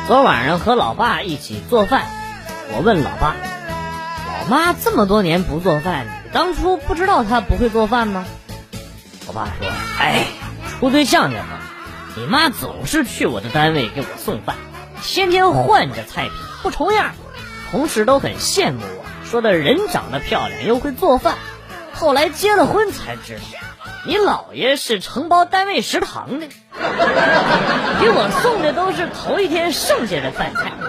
昨晚上和老爸一起做饭，我问老爸，老妈这么多年不做饭，你当初不知道她不会做饭吗？我爸说，处对象的嘛，你妈总是去我的单位给我送饭，天天换着菜品不重样，同事都很羡慕我，说的人长得漂亮又会做饭。后来结了婚才知道，你姥爷是承包单位食堂的，给我送的都是头一天剩下的饭菜。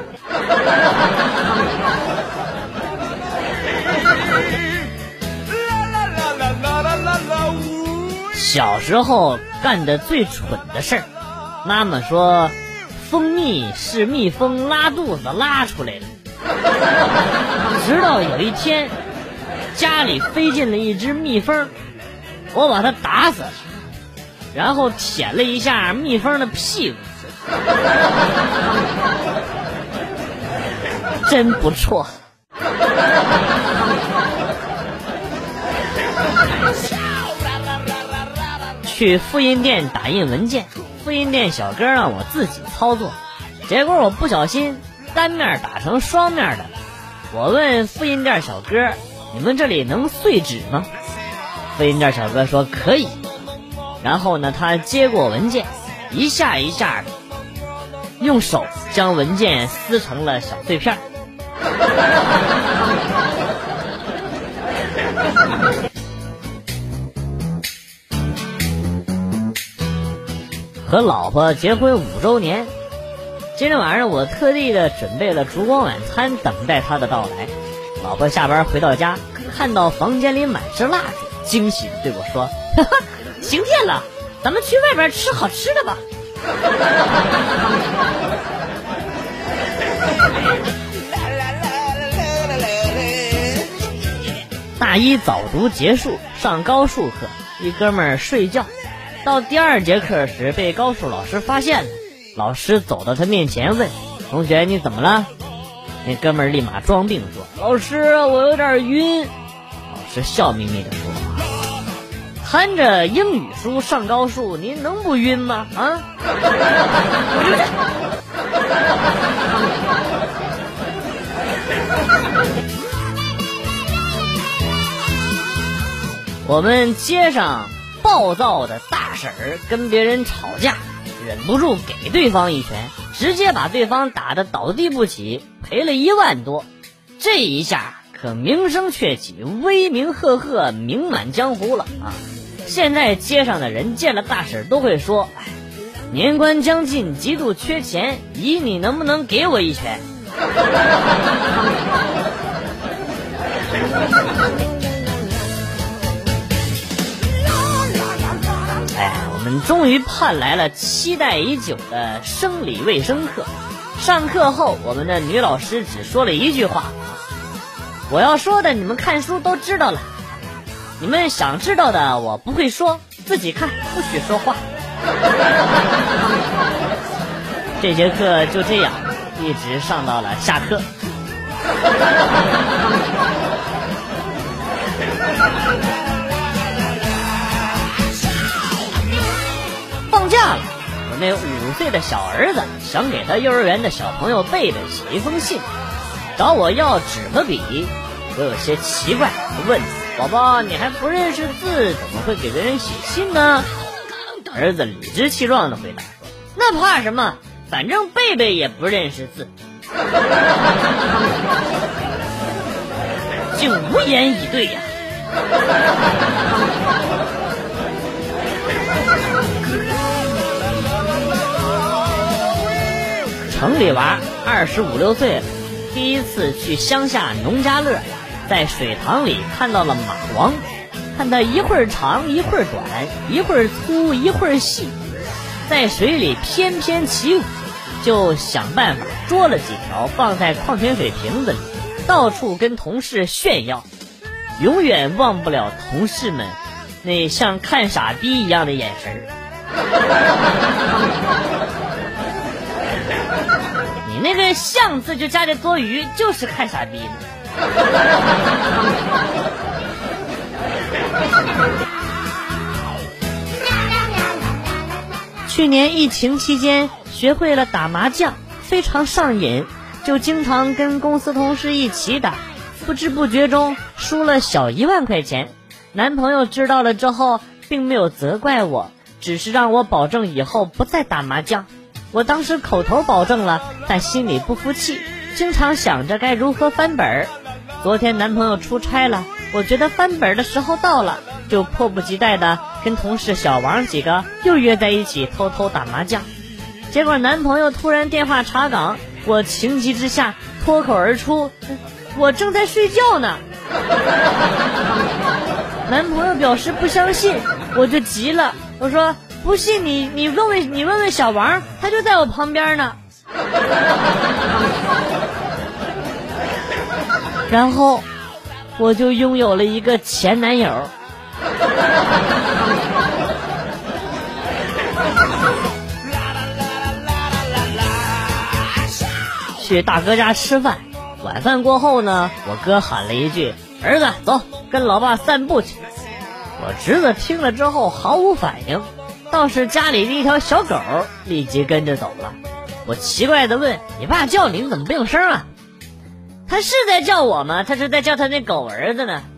小时候干的最蠢的事儿，妈妈说蜂蜜是蜜蜂拉肚子拉出来的。直到有一天家里飞进了一只蜜蜂，我把它打死了，然后舔了一下蜜蜂的屁股。真不错。去复印店打印文件，复印店小哥让我自己操作，结果我不小心单面打成双面的。我问复印店小哥，你们这里能碎纸吗？复印店小哥说可以。然后呢，他接过文件，一下一下用手将文件撕成了小碎片。和老婆结婚5周年，今天晚上我特地的准备了烛光晚餐，等待她的到来。老婆下班回到家，看到房间里满是蜡烛，惊喜地对我说，哈哈，晴天了，咱们去外边吃好吃的吧。大一早读结束，上高数课，一哥们儿睡觉，到第2节课时被高数老师发现了。老师走到他面前问，同学你怎么了？那哥们儿立马装病说，老师我有点晕。老师笑眯眯地说，看着英语书上高数，您能不晕吗？啊？我们街上暴躁的大婶儿跟别人吵架，忍不住给对方一拳，直接把对方打得倒地不起，赔了1万多。这一下可名声鹊起，威名赫赫，名满江湖了啊！现在街上的人见了大婶都会说，年关将近，极度缺钱，姨你能不能给我一拳？我们终于盼来了期待已久的生理卫生课。上课后，我们的女老师只说了一句话，我要说的你们看书都知道了，你们想知道的我不会说，自己看，不许说话。这节课就这样一直上到了下课。放假了，我那5岁的小儿子想给他幼儿园的小朋友贝贝写一封信，找我要纸和笔。我有些奇怪，问宝宝你还不认识字，怎么会给别人写信呢？儿子理直气壮地回答说，那怕什么，反正贝贝也不认识字。竟无言以对呀。城里娃25、26岁了，第一次去乡下农家乐，在水塘里看到了马王，看它一会儿长一会儿短，一会儿粗一会儿细，在水里翩翩起舞，就想办法捉了几条放在矿泉水瓶子里，到处跟同事炫耀。永远忘不了同事们那像看傻逼一样的眼神。你那个像字就加点多余，就是看傻逼的。去年疫情期间学会了打麻将， 非常上瘾，就经常跟公司同事一起打，不知不觉中输了小1万块钱。男朋友知道了之后并没有责怪我，只是让我保证以后不再打麻将。我当时口头保证了，但心里不服气，经常想着该如何翻本。昨天男朋友出差了，我觉得翻本的时候到了，就迫不及待的跟同事小王几个又约在一起偷偷打麻将。结果男朋友突然电话查岗，我情急之下脱口而出，我正在睡觉呢。男朋友表示不相信，我就急了，我说不信你问问小王，他就在我旁边呢。然后我就拥有了一个前男友。去大哥家吃饭，晚饭过后呢，我哥喊了一句，儿子走，跟老爸散步去。我侄子听了之后毫无反应，倒是家里的一条小狗立即跟着走了。我奇怪地问，你爸叫你怎么不应声啊？他是在叫我吗？他是在叫他那狗儿子呢。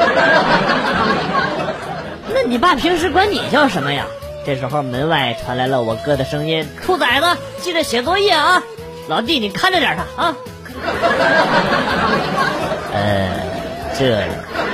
那你爸平时管你叫什么呀？这时候门外传来了我哥的声音，兔崽子记得写作业啊，老弟你看着点他啊。这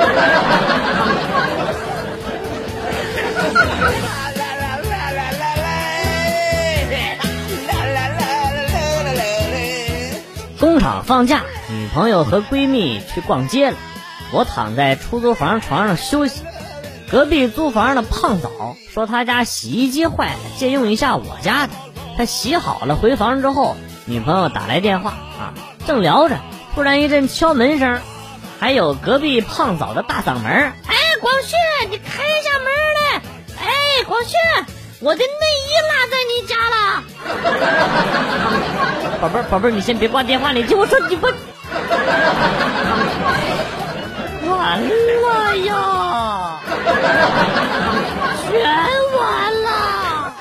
工厂放假，女朋友和闺蜜去逛街了，我躺在出租房床上休息。隔壁租房的胖嫂说他家洗衣机坏了，借用一下我家的。他洗好了回房之后，女朋友打来电话啊，正聊着，突然一阵敲门声，还有隔壁胖嫂的大嗓门，哎，广旭，你开一下门来！哎，广旭，我的内衣落在你家了。宝贝儿，你先别挂电话，你听我说，你不完了呀，全完了。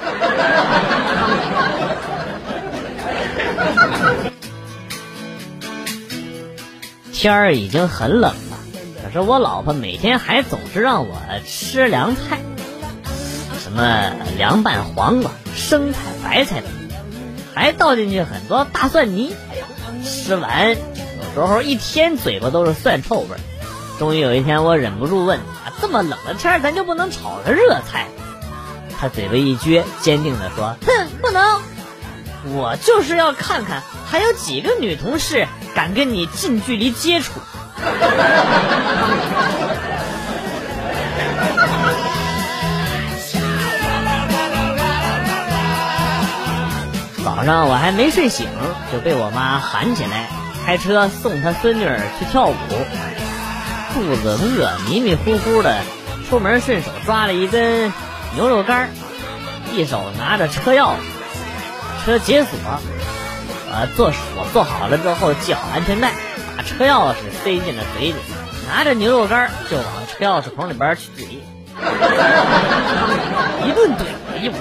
天儿已经很冷了，可是我老婆每天还总是让我吃凉菜，什么凉拌黄瓜、生菜、白菜的，还倒进去很多大蒜泥。吃完有时候一天嘴巴都是蒜臭味。终于有一天我忍不住问，这么冷的天咱就不能炒个热菜？他嘴巴一撅，坚定地说，哼，不能，我就是要看看还有几个女同事敢跟你近距离接触。早上我还没睡醒，就被我妈喊起来，开车送她孙女去跳舞。肚子饿，迷迷糊糊的出门，顺手抓了一根牛肉干，一手拿着车钥匙，车解锁，我做好了之后系好安全带，把车钥匙塞进了嘴里，拿着牛肉干就往车钥匙孔里边去怼，一顿怼，哎呦！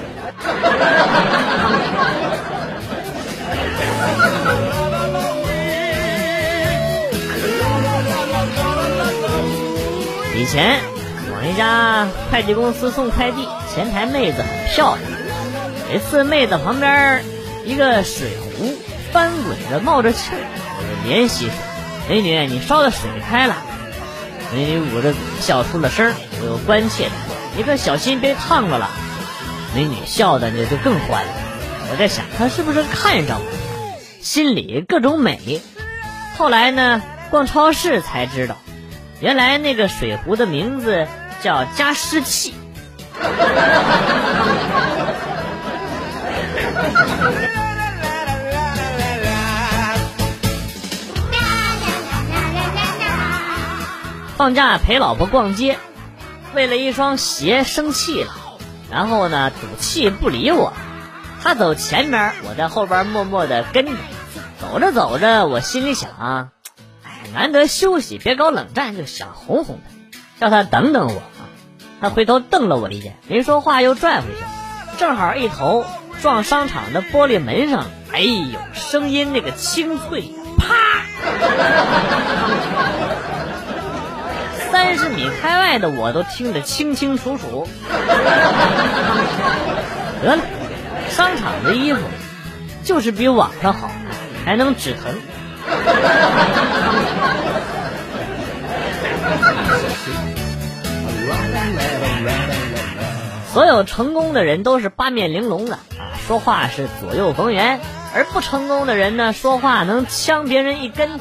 以前往一家快递公司送快递，前台妹子很漂亮，每次妹子旁边一个水壶翻滚着冒着气儿，我就联系说，美女你烧的水开了。美女捂着嘴笑出了声，我又关切的说，你可小心别烫着了。美女笑的就更欢了，我在想她是不是看上我，心里各种美。后来呢，逛超市才知道，原来那个水壶的名字叫加湿器。放假陪老婆逛街，为了一双鞋生气了，然后呢赌气不理我，他走前面，我在后边默默的跟着。走着走着，我心里想，难得休息，别搞冷战，就想哄哄他，叫他等等我。他回头瞪了我一眼，没说话，又转回去，正好一头撞商场的玻璃门上， 哎呦，声音那个清脆，啪！30米开外的我都听得清清楚楚。得了，商场的衣服就是比网上好，还能止疼。所有成功的人都是八面玲珑的啊，说话是左右逢源，而不成功的人呢，说话能呛别人一跟头。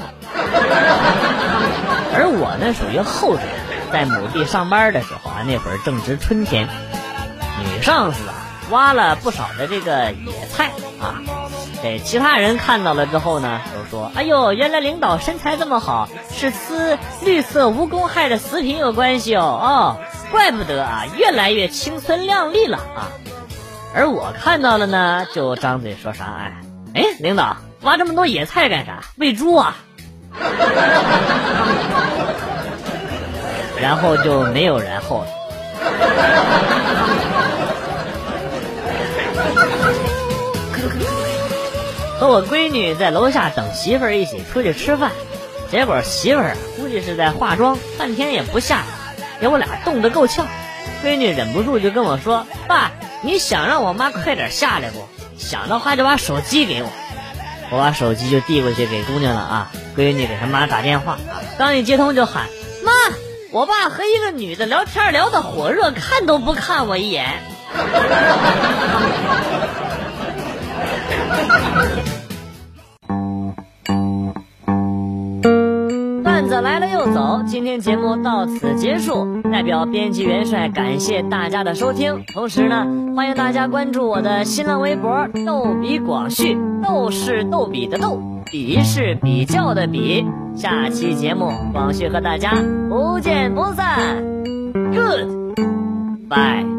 而我呢，属于后者，在亩地上班的时候啊，那会儿正值春天，女上司啊挖了不少的这个野菜啊，给其他人看到了之后呢，都说：“哎呦，原来领导身材这么好，是吃绿色无公害的食品有关系哦，怪不得啊，越来越青春靓丽了啊。”而我看到了呢，就张嘴说啥：“哎，领导挖这么多野菜干啥？喂猪啊？”然后就没有然后了。和我闺女在楼下等媳妇儿一起出去吃饭，结果媳妇儿估计是在化妆，半天也不下来，给我俩冻得够呛。闺女忍不住就跟我说：“爸，你想让我妈快点下来不？想的话就把手机给我。”我把手机就递过去给姑娘了啊，闺女给她妈打电话，刚一接通就喊：“妈，我爸和一个女的聊天聊得火热，看都不看我一眼。”段子来了又走，今天节目到此结束，代表编辑元帅感谢大家的收听，同时呢，欢迎大家关注我的新浪微博逗比广旭，逗是逗比的逗，比是比较的比。下期节目广旭和大家不见不散 ，Goodbye。